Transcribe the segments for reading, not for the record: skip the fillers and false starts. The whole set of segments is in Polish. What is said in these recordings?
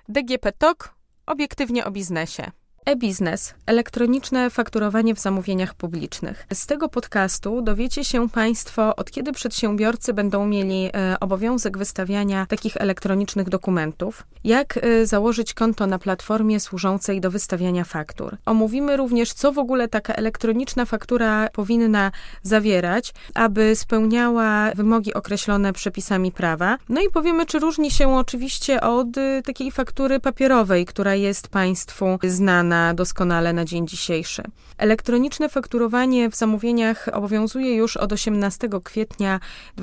DGP Talk, obiektywnie o biznesie. E-biznes, elektroniczne fakturowanie w zamówieniach publicznych. Z tego podcastu dowiecie się Państwo, od kiedy przedsiębiorcy będą mieli obowiązek wystawiania takich elektronicznych dokumentów, jak założyć konto na platformie służącej do wystawiania faktur. Omówimy również, co w ogóle taka elektroniczna faktura powinna zawierać, aby spełniała wymogi określone przepisami prawa. No i powiemy, czy różni się oczywiście od takiej faktury papierowej, która jest Państwu znana doskonale na dzień dzisiejszy. Elektroniczne fakturowanie w zamówieniach obowiązuje już od 18 kwietnia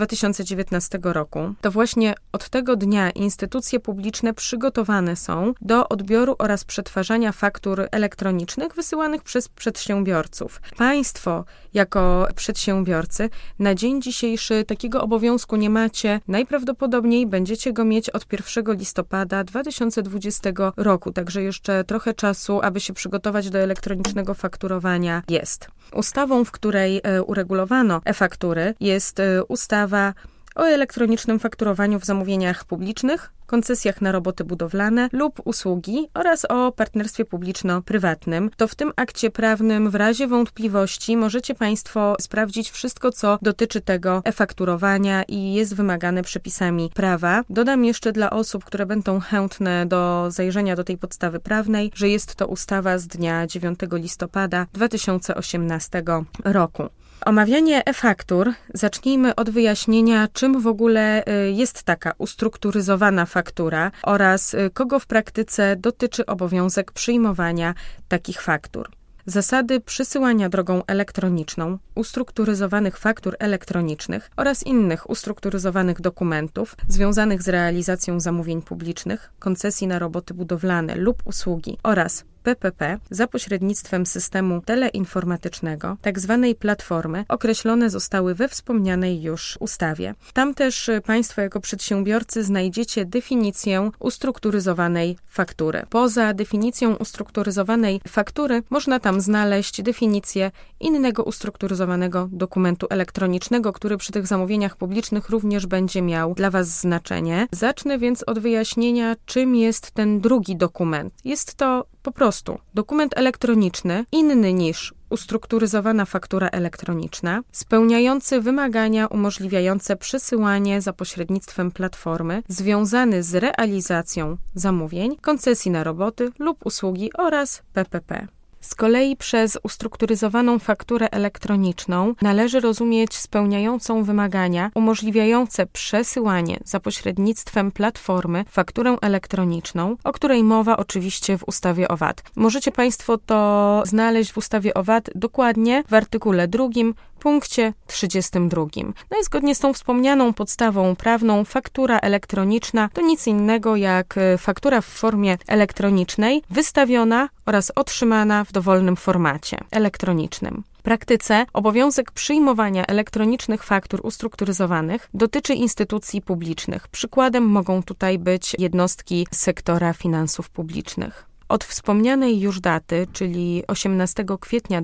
2019 roku. To właśnie od tego dnia instytucje publiczne przygotowane są do odbioru oraz przetwarzania faktur elektronicznych wysyłanych przez przedsiębiorców. Państwo jako przedsiębiorcy na dzień dzisiejszy takiego obowiązku nie macie. Najprawdopodobniej będziecie go mieć od 1 listopada 2020 roku, także jeszcze trochę czasu, aby się przygotować do elektronicznego fakturowania jest. Ustawą, w której uregulowano e-faktury, jest ustawa o elektronicznym fakturowaniu w zamówieniach publicznych, koncesjach na roboty budowlane lub usługi oraz o partnerstwie publiczno-prywatnym. To w tym akcie prawnym w razie wątpliwości możecie Państwo sprawdzić wszystko, co dotyczy tego e-fakturowania i jest wymagane przepisami prawa. Dodam jeszcze dla osób, które będą chętne do zajrzenia do tej podstawy prawnej, że jest to ustawa z dnia 9 listopada 2018 roku. Omawianie e-faktur zacznijmy od wyjaśnienia, czym w ogóle jest taka ustrukturyzowana faktura oraz kogo w praktyce dotyczy obowiązek przyjmowania takich faktur. Zasady przysyłania drogą elektroniczną ustrukturyzowanych faktur elektronicznych oraz innych ustrukturyzowanych dokumentów związanych z realizacją zamówień publicznych, koncesji na roboty budowlane lub usługi oraz PPP za pośrednictwem systemu teleinformatycznego, tzw. platformy, określone zostały we wspomnianej już ustawie. Tam też Państwo jako przedsiębiorcy znajdziecie definicję ustrukturyzowanej faktury. Poza definicją ustrukturyzowanej faktury można tam znaleźć definicję innego ustrukturyzowanego dokumentu elektronicznego, który przy tych zamówieniach publicznych również będzie miał dla Was znaczenie. Zacznę więc od wyjaśnienia, czym jest ten drugi dokument. Jest to po prostu dokument elektroniczny, inny niż ustrukturyzowana faktura elektroniczna, spełniający wymagania umożliwiające przesyłanie za pośrednictwem platformy, związany z realizacją zamówień, koncesji na roboty lub usługi oraz PPP. Z kolei przez ustrukturyzowaną fakturę elektroniczną należy rozumieć spełniającą wymagania umożliwiające przesyłanie za pośrednictwem platformy fakturę elektroniczną, o której mowa oczywiście w ustawie o VAT. Możecie Państwo to znaleźć w ustawie o VAT dokładnie w artykule 2, punkcie 32. No i zgodnie z tą wspomnianą podstawą prawną faktura elektroniczna to nic innego jak faktura w formie elektronicznej wystawiona oraz otrzymana w dowolnym formacie elektronicznym. W praktyce obowiązek przyjmowania elektronicznych faktur ustrukturyzowanych dotyczy instytucji publicznych. Przykładem mogą tutaj być jednostki sektora finansów publicznych. Od wspomnianej już daty, czyli 18 kwietnia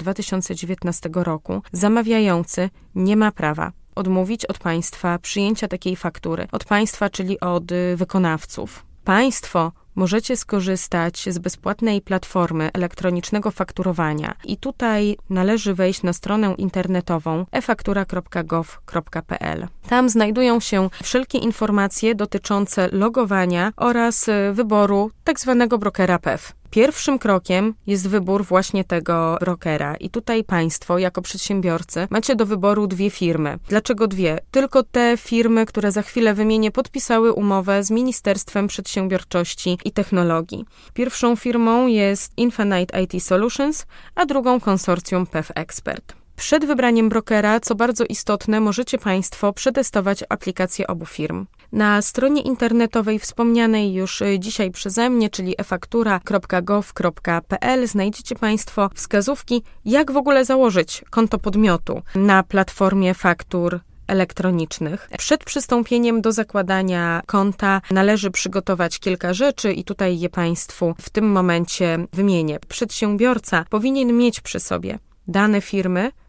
2019 roku, zamawiający nie ma prawa odmówić od państwa przyjęcia takiej faktury. Od państwa, czyli od wykonawców. Państwo możecie skorzystać z bezpłatnej platformy elektronicznego fakturowania i tutaj należy wejść na stronę internetową efaktura.gov.pl. Tam znajdują się wszelkie informacje dotyczące logowania oraz wyboru tzw. brokera PEF. Pierwszym krokiem jest wybór właśnie tego brokera i tutaj Państwo jako przedsiębiorcy macie do wyboru 2 firmy. Dlaczego 2? Tylko te firmy, które za chwilę wymienię, podpisały umowę z Ministerstwem Przedsiębiorczości i Technologii. Pierwszą firmą jest Infinite IT Solutions, a drugą konsorcjum PEF Expert. Przed wybraniem brokera, co bardzo istotne, możecie Państwo przetestować aplikacje obu firm. Na stronie internetowej wspomnianej już dzisiaj przeze mnie, czyli efaktura.gov.pl, znajdziecie Państwo wskazówki, jak w ogóle założyć konto podmiotu na platformie faktur elektronicznych. Przed przystąpieniem do zakładania konta należy przygotować kilka rzeczy i tutaj je Państwu w tym momencie wymienię. Przedsiębiorca powinien mieć przy sobie dane firmy,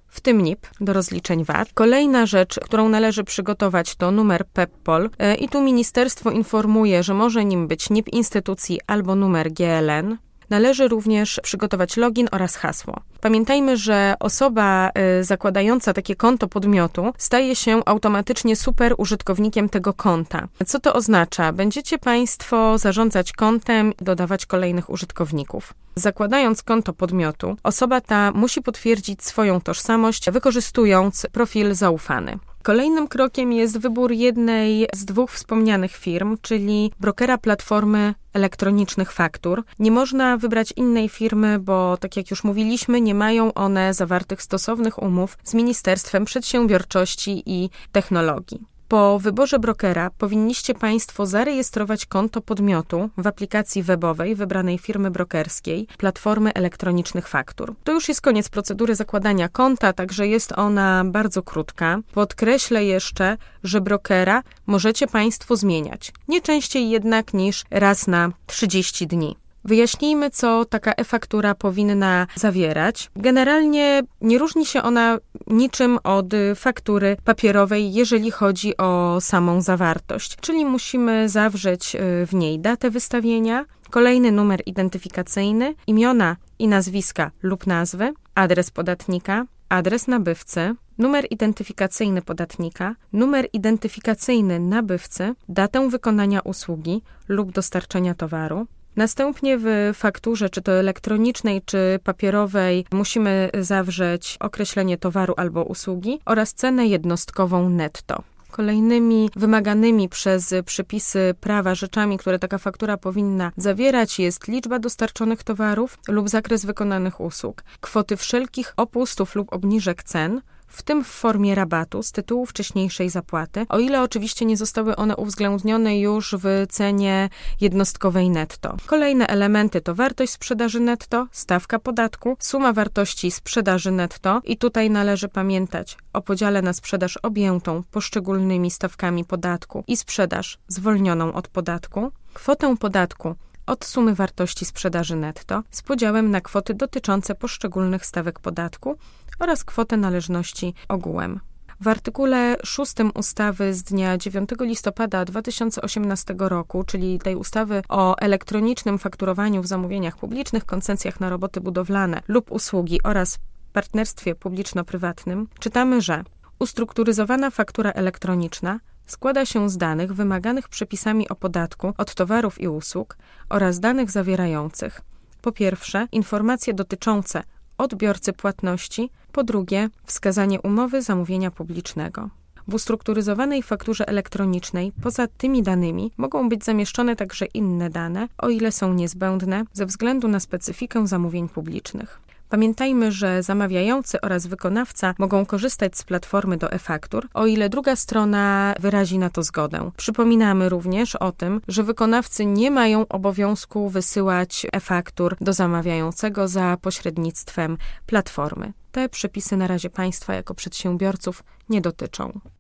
w tym NIP do rozliczeń VAT. Kolejna rzecz, którą należy przygotować, to numer PEPPOL i tu ministerstwo informuje, że może nim być NIP instytucji albo numer GLN. Należy również przygotować login oraz hasło. Pamiętajmy, że osoba zakładająca takie konto podmiotu staje się automatycznie super użytkownikiem tego konta. Co to oznacza? Będziecie Państwo zarządzać kontem i dodawać kolejnych użytkowników. Zakładając konto podmiotu, osoba ta musi potwierdzić swoją tożsamość, wykorzystując profil zaufany. Kolejnym krokiem jest wybór jednej z dwóch wspomnianych firm, czyli brokera platformy elektronicznych faktur. Nie można wybrać innej firmy, bo tak jak już mówiliśmy, nie mają one zawartych stosownych umów z Ministerstwem Przedsiębiorczości i Technologii. Po wyborze brokera powinniście Państwo zarejestrować konto podmiotu w aplikacji webowej wybranej firmy brokerskiej Platformy Elektronicznych Faktur. To już jest koniec procedury zakładania konta, także jest ona bardzo krótka. Podkreślę jeszcze, że brokera możecie Państwo zmieniać, nie częściej jednak niż raz na 30 dni. Wyjaśnijmy, co taka e-faktura powinna zawierać. Generalnie nie różni się ona niczym od faktury papierowej, jeżeli chodzi o samą zawartość. Czyli musimy zawrzeć w niej datę wystawienia, kolejny numer identyfikacyjny, imiona i nazwiska lub nazwy, adres podatnika, adres nabywcy, numer identyfikacyjny podatnika, numer identyfikacyjny nabywcy, datę wykonania usługi lub dostarczenia towaru. Następnie w fakturze, czy to elektronicznej, czy papierowej, musimy zawrzeć określenie towaru albo usługi oraz cenę jednostkową netto. Kolejnymi wymaganymi przez przepisy prawa rzeczami, które taka faktura powinna zawierać, jest liczba dostarczonych towarów lub zakres wykonanych usług, kwoty wszelkich opustów lub obniżek cen, w tym w formie rabatu z tytułu wcześniejszej zapłaty, o ile oczywiście nie zostały one uwzględnione już w cenie jednostkowej netto. Kolejne elementy to wartość sprzedaży netto, stawka podatku, suma wartości sprzedaży netto i tutaj należy pamiętać o podziale na sprzedaż objętą poszczególnymi stawkami podatku i sprzedaż zwolnioną od podatku, kwotę podatku od sumy wartości sprzedaży netto z podziałem na kwoty dotyczące poszczególnych stawek podatku oraz kwotę należności ogółem. W artykule 6 ustawy z dnia 9 listopada 2018 roku, czyli tej ustawy o elektronicznym fakturowaniu w zamówieniach publicznych, koncesjach na roboty budowlane lub usługi oraz partnerstwie publiczno-prywatnym, czytamy, że ustrukturyzowana faktura elektroniczna składa się z danych wymaganych przepisami o podatku od towarów i usług oraz danych zawierających po pierwsze informacje dotyczące odbiorcy płatności, po drugie wskazanie umowy zamówienia publicznego. W ustrukturyzowanej fakturze elektronicznej poza tymi danymi mogą być zamieszczone także inne dane, o ile są niezbędne ze względu na specyfikę zamówień publicznych. Pamiętajmy, że zamawiający oraz wykonawca mogą korzystać z platformy do e-faktur, o ile druga strona wyrazi na to zgodę. Przypominamy również o tym, że wykonawcy nie mają obowiązku wysyłać e-faktur do zamawiającego za pośrednictwem platformy. Te przepisy na razie Państwa jako przedsiębiorców nie dotyczą.